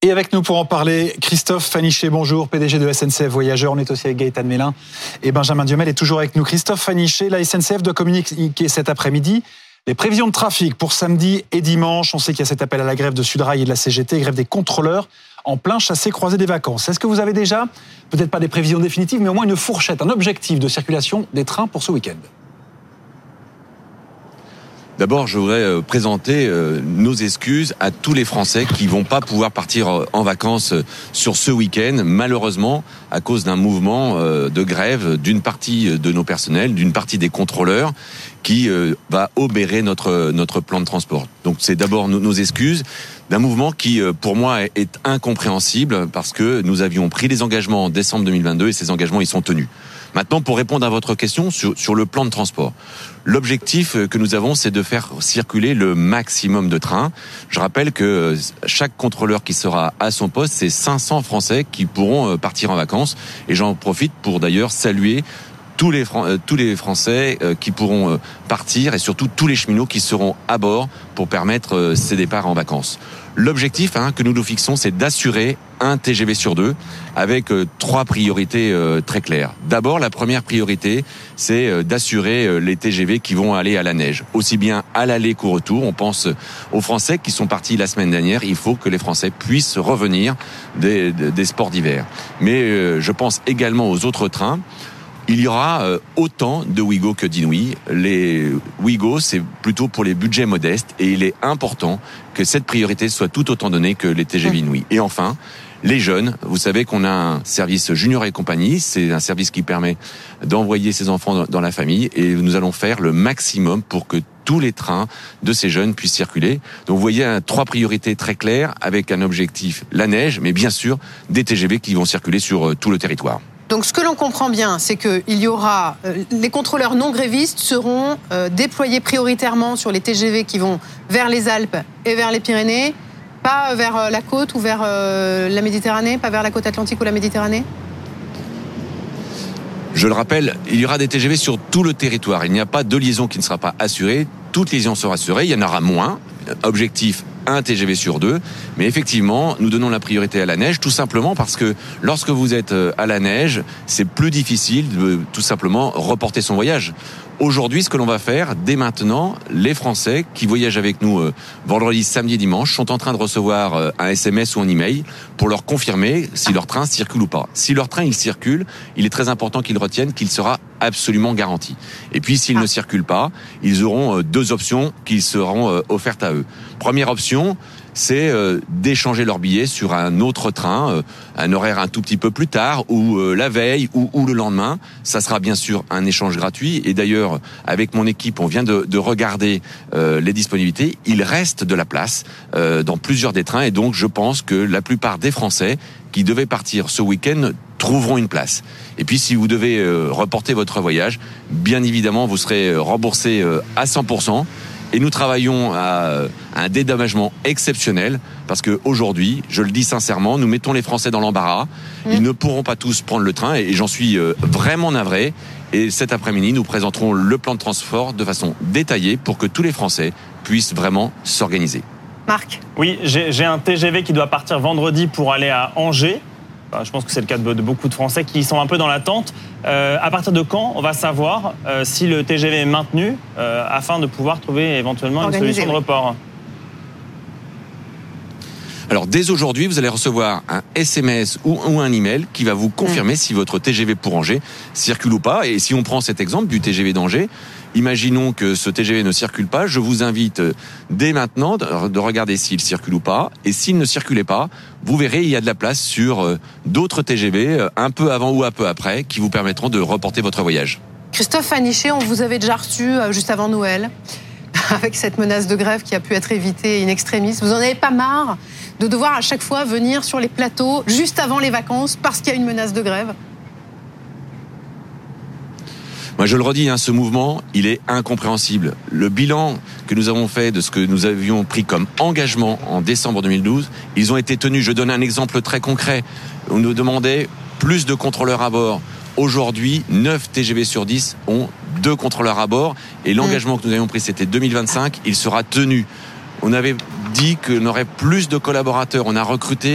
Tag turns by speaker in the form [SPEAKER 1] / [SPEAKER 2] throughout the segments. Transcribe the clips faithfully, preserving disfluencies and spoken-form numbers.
[SPEAKER 1] Et avec nous pour en parler, Christophe Fanichet, bonjour, P D G de S N C F Voyageurs. On est aussi avec Gaëtan Mélin et Benjamin Diomel est toujours avec nous. Christophe Fanichet, la S N C F doit communiquer cet après-midi les prévisions de trafic pour samedi et dimanche. On sait qu'il y a cet appel à la grève de Sudrail et de la C G T, grève des contrôleurs en plein chassé-croisé des vacances. Est-ce que vous avez déjà, peut-être pas des prévisions définitives, mais au moins une fourchette, un objectif de circulation des trains pour ce week-end ?
[SPEAKER 2] D'abord, je voudrais présenter nos excuses à tous les Français qui vont pas pouvoir partir en vacances sur ce week-end, malheureusement, à cause d'un mouvement de grève d'une partie de nos personnels, d'une partie des contrôleurs, qui va obérer notre notre plan de transport. Donc, c'est d'abord nos excuses d'un mouvement qui, pour moi, est incompréhensible parce que nous avions pris des engagements en décembre deux mille vingt-deux et ces engagements, ils sont tenus. Maintenant, pour répondre à votre question sur, sur le plan de transport, l'objectif que nous avons, c'est de faire circuler le maximum de trains. Je rappelle que chaque contrôleur qui sera à son poste, c'est cinq cents Français qui pourront partir en vacances. Et j'en profite pour d'ailleurs saluer tous les, tous les Français qui pourront partir et surtout tous les cheminots qui seront à bord pour permettre ces départs en vacances. L'objectif hein, que nous nous fixons, c'est d'assurer un T G V sur deux avec euh, trois priorités euh, très claires. D'abord, la première priorité, c'est euh, d'assurer euh, les T G V qui vont aller à la neige. Aussi bien à l'aller qu'au retour. On pense aux Français qui sont partis la semaine dernière. Il faut que les Français puissent revenir des, des, des sports d'hiver. Mais euh, je pense également aux autres trains. Il y aura autant de Ouigo que d'Inouï. Les Ouigo, c'est plutôt pour les budgets modestes et il est important que cette priorité soit tout autant donnée que les T G V Inouï. Et enfin, les jeunes, vous savez qu'on a un service junior et compagnie, c'est un service qui permet d'envoyer ses enfants dans la famille et nous allons faire le maximum pour que tous les trains de ces jeunes puissent circuler. Donc vous voyez, trois priorités très claires avec un objectif, la neige, mais bien sûr des T G V qui vont circuler sur tout le territoire.
[SPEAKER 3] Donc ce que l'on comprend bien, c'est qu'il y aura... Euh, les contrôleurs non grévistes seront euh, déployés prioritairement sur les T G V qui vont vers les Alpes et vers les Pyrénées, pas vers euh, la côte ou vers euh, la Méditerranée, pas vers la côte atlantique ou la Méditerranée ?
[SPEAKER 2] Je le rappelle, il y aura des T G V sur tout le territoire. Il n'y a pas de liaison qui ne sera pas assurée. Toutes les liaisons seront assurées. Il y en aura moins. Objectif, un T G V sur deux. Mais effectivement, nous donnons la priorité à la neige, tout simplement parce que lorsque vous êtes à la neige, c'est plus difficile de tout simplement reporter son voyage. Aujourd'hui, ce que l'on va faire, dès maintenant, les Français qui voyagent avec nous euh, vendredi, samedi, dimanche, sont en train de recevoir euh, un S M S ou un email pour leur confirmer si leur train circule ou pas. Si leur train il circule, il est très important qu'ils retiennent qu'il sera absolument garanti. Et puis, s'il ah. ne circule pas, ils auront euh, deux options qui seront euh, offertes à eux. Première option, c'est euh, d'échanger leur billet sur un autre train, euh, un horaire un tout petit peu plus tard, ou euh, la veille, ou, ou le lendemain. Ça sera bien sûr un échange gratuit. Et d'ailleurs, avec mon équipe, on vient de, de regarder euh, les disponibilités. Il reste de la place euh, dans plusieurs des trains. Et donc, je pense que la plupart des Français qui devaient partir ce week-end trouveront une place. Et puis, si vous devez euh, reporter votre voyage, bien évidemment, vous serez remboursé euh, à cent pour cent. Et nous travaillons à un dédommagement exceptionnel parce que aujourd'hui, je le dis sincèrement, nous mettons les Français dans l'embarras. Mmh. Ils ne pourront pas tous prendre le train et j'en suis vraiment navré. Et cet après-midi, nous présenterons le plan de transport de façon détaillée pour que tous les Français puissent vraiment s'organiser.
[SPEAKER 3] Marc ?
[SPEAKER 4] Oui, j'ai, j'ai un T G V qui doit partir vendredi pour aller à Angers. Je pense que c'est le cas de, de beaucoup de Français qui sont un peu dans l'attente. Euh, à partir de quand on va savoir euh, si le T G V est maintenu euh, afin de pouvoir trouver éventuellement Organisé, une solution oui. de report ?
[SPEAKER 2] Alors, dès aujourd'hui, vous allez recevoir un S M S ou, ou un email qui va vous confirmer mmh. si votre T G V pour Angers circule ou pas. Et si on prend cet exemple du T G V d'Angers, imaginons que ce T G V ne circule pas. Je vous invite dès maintenant de regarder s'il circule ou pas. Et s'il ne circulait pas, vous verrez, il y a de la place sur d'autres T G V, un peu avant ou un peu après, qui vous permettront de reporter votre voyage.
[SPEAKER 3] Christophe Fanichet, on vous avait déjà reçu juste avant Noël, avec cette menace de grève qui a pu être évitée in extremis. Vous en avez pas marre de devoir à chaque fois venir sur les plateaux juste avant les vacances parce qu'il y a une menace de grève ?
[SPEAKER 2] Moi, je le redis, hein, ce mouvement, il est incompréhensible. Le bilan que nous avons fait de ce que nous avions pris comme engagement en décembre deux mille douze, ils ont été tenus. Je donne un exemple très concret. On nous demandait plus de contrôleurs à bord. Aujourd'hui, neuf T G V sur dix ont deux contrôleurs à bord. Et l'engagement que nous avions pris, c'était deux mille vingt-cinq. Il sera tenu. On avait dit qu'on aurait plus de collaborateurs. On a recruté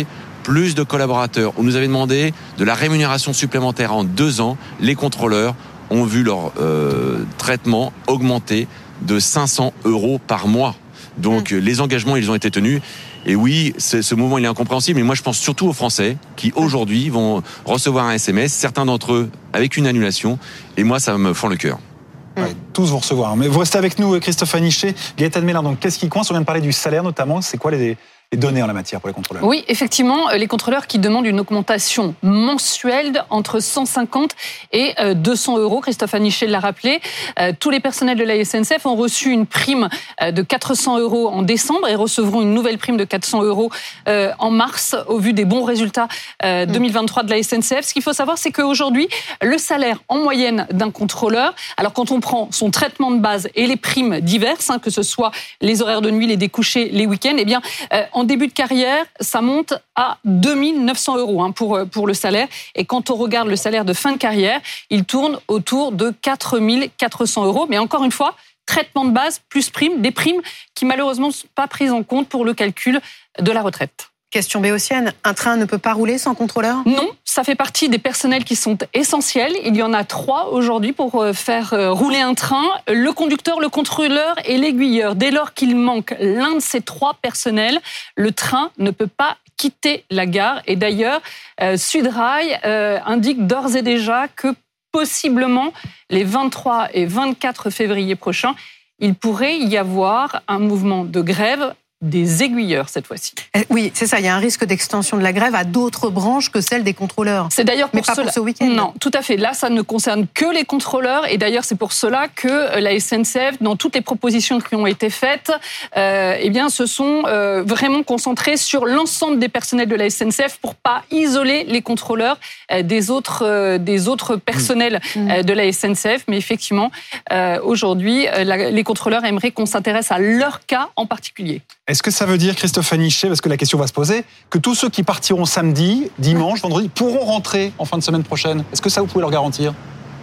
[SPEAKER 2] plus de collaborateurs. On nous avait demandé de la rémunération supplémentaire en deux ans. Les contrôleurs ont vu leur euh, traitement augmenter de cinq cents euros par mois. Donc mmh. les engagements, ils ont été tenus. Et oui, ce mouvement, il est incompréhensible. Mais moi, je pense surtout aux Français qui, aujourd'hui, vont recevoir un S M S, certains d'entre eux avec une annulation. Et moi, ça me fend le cœur.
[SPEAKER 1] Ouais, tous vont recevoir. Mais vous restez avec nous, Christophe Aniché, Gaëtan Mélin. Donc, qu'est-ce qui coince? On vient de parler du salaire, notamment. C'est quoi les... les données en la matière pour les contrôleurs?
[SPEAKER 5] Oui, effectivement, les contrôleurs qui demandent une augmentation mensuelle entre cent cinquante et deux cents euros. Christophe Aniché l'a rappelé. Tous les personnels de la S N C F ont reçu une prime de quatre cents euros en décembre et recevront une nouvelle prime de quatre cents euros en mars au vu des bons résultats deux mille vingt-trois de la S N C F. Ce qu'il faut savoir, c'est qu'aujourd'hui, le salaire en moyenne d'un contrôleur, alors quand on prend son traitement de base et les primes diverses, hein, que ce soit les horaires de nuit, les découchés, les week-ends, eh bien, en début de carrière, ça monte à deux mille neuf cents euros hein, pour, pour le salaire. Et quand on regarde le salaire de fin de carrière, il tourne autour de quatre mille quatre cents euros. Mais encore une fois, traitement de base plus prime, des primes qui malheureusement ne sont pas prises en compte pour le calcul de la retraite.
[SPEAKER 3] Question béotienne, un train ne peut pas rouler sans contrôleur?
[SPEAKER 5] Non, ça fait partie des personnels qui sont essentiels. Il y en a trois aujourd'hui pour faire rouler un train. Le conducteur, le contrôleur et l'aiguilleur. Dès lors qu'il manque l'un de ces trois personnels, le train ne peut pas quitter la gare. Et d'ailleurs, euh, Sudrail euh, indique d'ores et déjà que possiblement les vingt-trois et vingt-quatre février prochains, il pourrait y avoir un mouvement de grève des aiguilleurs cette fois-ci.
[SPEAKER 3] Oui, c'est ça, il y a un risque d'extension de la grève à d'autres branches que celles des contrôleurs.
[SPEAKER 5] C'est d'ailleurs pour
[SPEAKER 3] Mais pas
[SPEAKER 5] cela...
[SPEAKER 3] pour ce week-end.
[SPEAKER 5] Non, tout à fait. Là, ça ne concerne que les contrôleurs et d'ailleurs, c'est pour cela que la S N C F, dans toutes les propositions qui ont été faites, euh, eh bien, se sont euh, vraiment concentrés sur l'ensemble des personnels de la S N C F pour pas isoler les contrôleurs euh, des autres euh, des autres personnels mmh. euh, de la S N C F. Mais effectivement, euh, aujourd'hui, euh, la, les contrôleurs aimeraient qu'on s'intéresse à leur cas en particulier.
[SPEAKER 1] Est-ce que ça veut dire, Christophe Aniché, parce que la question va se poser, que tous ceux qui partiront samedi, dimanche, vendredi, pourront rentrer en fin de semaine prochaine? Est-ce que ça, vous pouvez leur garantir?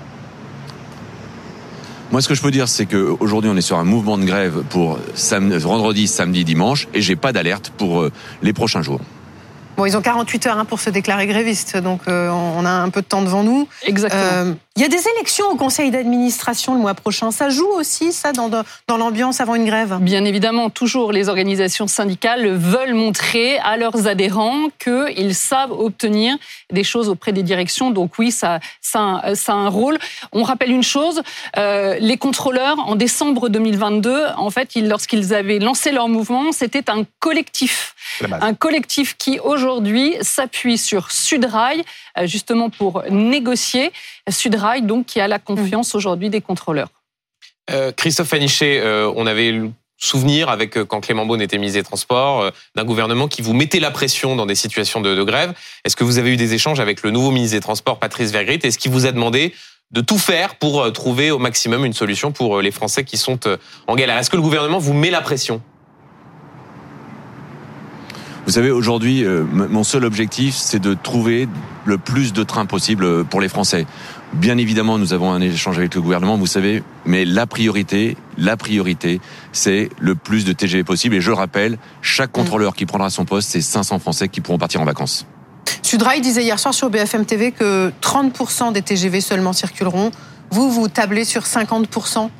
[SPEAKER 2] Moi, ce que je peux dire, c'est qu'aujourd'hui, on est sur un mouvement de grève pour sam- vendredi, samedi, dimanche, et j'ai pas d'alerte pour euh, les prochains jours.
[SPEAKER 3] Bon, ils ont quarante-huit heures hein, pour se déclarer grévistes, donc euh, on a un peu de temps devant nous.
[SPEAKER 5] Exactement. Euh,
[SPEAKER 3] il y a des élections au conseil d'administration le mois prochain. Ça joue aussi, ça, dans, dans l'ambiance avant une grève?
[SPEAKER 5] Bien évidemment, toujours les organisations syndicales veulent montrer à leurs adhérents qu'ils savent obtenir des choses auprès des directions. Donc oui, ça, ça, ça a un rôle. On rappelle une chose, euh, les contrôleurs, en décembre deux mille vingt-deux, en fait, ils, lorsqu'ils avaient lancé leur mouvement, c'était un collectif. Un collectif qui, aujourd'hui, s'appuie sur Sudrail, justement pour négocier. Sudrail, donc, qui a la confiance aujourd'hui des contrôleurs.
[SPEAKER 6] Euh, Christophe Aniché, euh, on avait le souvenir, avec euh, quand Clément Beaune était ministre des Transports, euh, d'un gouvernement qui vous mettait la pression dans des situations de, de grève. Est-ce que vous avez eu des échanges avec le nouveau ministre des Transports, Patrice Vergrit? Est-ce qu'il vous a demandé de tout faire pour euh, trouver au maximum une solution pour euh, les Français qui sont euh, en galère? Est-ce que le gouvernement vous met la pression?
[SPEAKER 2] Vous savez, aujourd'hui, euh, mon seul objectif, c'est de trouver le plus de trains possible pour les Français. Bien évidemment, nous avons un échange avec le gouvernement, vous savez, mais la priorité, la priorité, c'est le plus de T G V possible. Et je le rappelle, chaque contrôleur qui prendra son poste, c'est cinq cents Français qui pourront partir en vacances.
[SPEAKER 3] Sudrail disait hier soir sur B F M T V que trente pour cent des T G V seulement circuleront. Vous, vous tablez sur cinquante pour cent?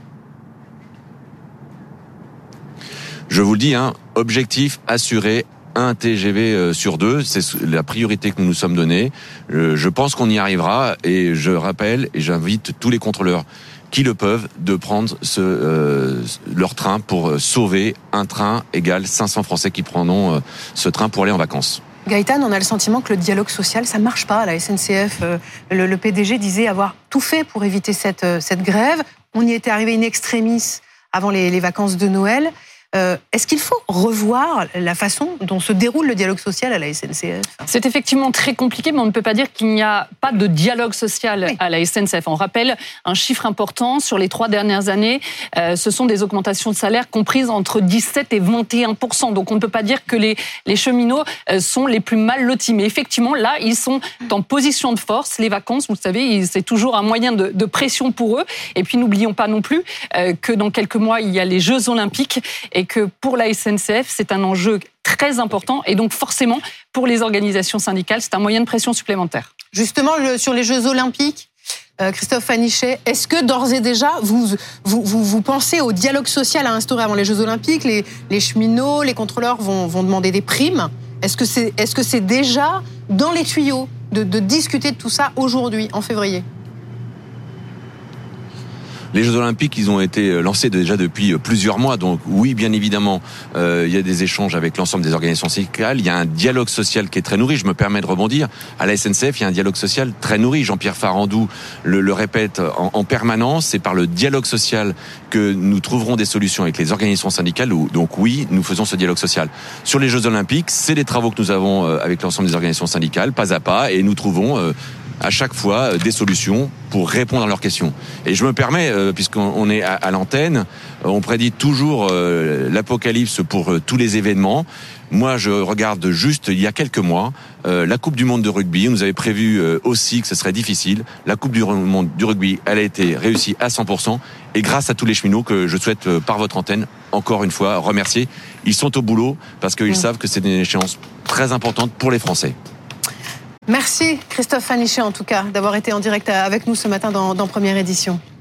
[SPEAKER 2] Je vous le dis, hein, objectif assuré, un T G V sur deux, c'est la priorité que nous nous sommes donnée. Je pense qu'on y arrivera et je rappelle et j'invite tous les contrôleurs qui le peuvent de prendre ce, euh, leur train pour sauver un train égal cinq cents Français qui prendront euh, ce train pour aller en vacances.
[SPEAKER 3] Gaëtan, on a le sentiment que le dialogue social, ça marche pas à la S N C F. Le, le P D G disait avoir tout fait pour éviter cette, cette grève. On y était arrivé in extremis avant les, les vacances de Noël. Euh, est-ce qu'il faut revoir la façon dont se déroule le dialogue social à la S N C F?
[SPEAKER 5] C'est effectivement très compliqué, mais on ne peut pas dire qu'il n'y a pas de dialogue social oui. à la S N C F. On rappelle un chiffre important, sur les trois dernières années, euh, ce sont des augmentations de salaire comprises entre dix-sept et vingt et un pour cent. Donc on ne peut pas dire que les, les cheminots euh, sont les plus mal lotis. Mais effectivement, là, ils sont en position de force. Les vacances, vous le savez, c'est toujours un moyen de, de pression pour eux. Et puis n'oublions pas non plus euh, que dans quelques mois, il y a les Jeux Olympiques et et que pour la S N C F, c'est un enjeu très très important. Et donc forcément, pour les organisations syndicales, c'est un moyen de pression supplémentaire.
[SPEAKER 3] Justement, le, sur les Jeux Olympiques, euh, Christophe Fanichet, est-ce que d'ores et déjà, vous, vous, vous, vous pensez au dialogue social à instaurer avant les Jeux Olympiques? Les, les cheminots, les contrôleurs vont, vont demander des primes. Est-ce que c'est, est-ce que c'est déjà dans les tuyaux de, de discuter de tout ça aujourd'hui, en février?
[SPEAKER 2] Les Jeux Olympiques, ils ont été lancés déjà depuis plusieurs mois. Donc oui, bien évidemment, euh, il y a des échanges avec l'ensemble des organisations syndicales. Il y a un dialogue social qui est très nourri. Je me permets de rebondir. À la S N C F, il y a un dialogue social très nourri. Jean-Pierre Farandou le, le répète en, en permanence. C'est par le dialogue social que nous trouverons des solutions avec les organisations syndicales. Donc oui, nous faisons ce dialogue social. Sur les Jeux Olympiques, c'est des travaux que nous avons avec l'ensemble des organisations syndicales, pas à pas, et nous trouvons euh, à chaque fois des solutions pour répondre à leurs questions. Et je me permets, euh, puisqu'on est à, à l'antenne, on prédit toujours euh, l'apocalypse pour euh, tous les événements. Moi, je regarde juste, il y a quelques mois, euh, la Coupe du Monde de rugby. On nous avait prévu euh, aussi que ce serait difficile. La Coupe du Monde du rugby, elle a été réussie à cent pour cent. Et grâce à tous les cheminots que je souhaite, euh, par votre antenne, encore une fois, remercier. Ils sont au boulot parce qu'ils mmh. savent que c'est une échéance très importante pour les Français.
[SPEAKER 3] Merci Christophe Fanichet en tout cas d'avoir été en direct avec nous ce matin dans, dans Première Édition.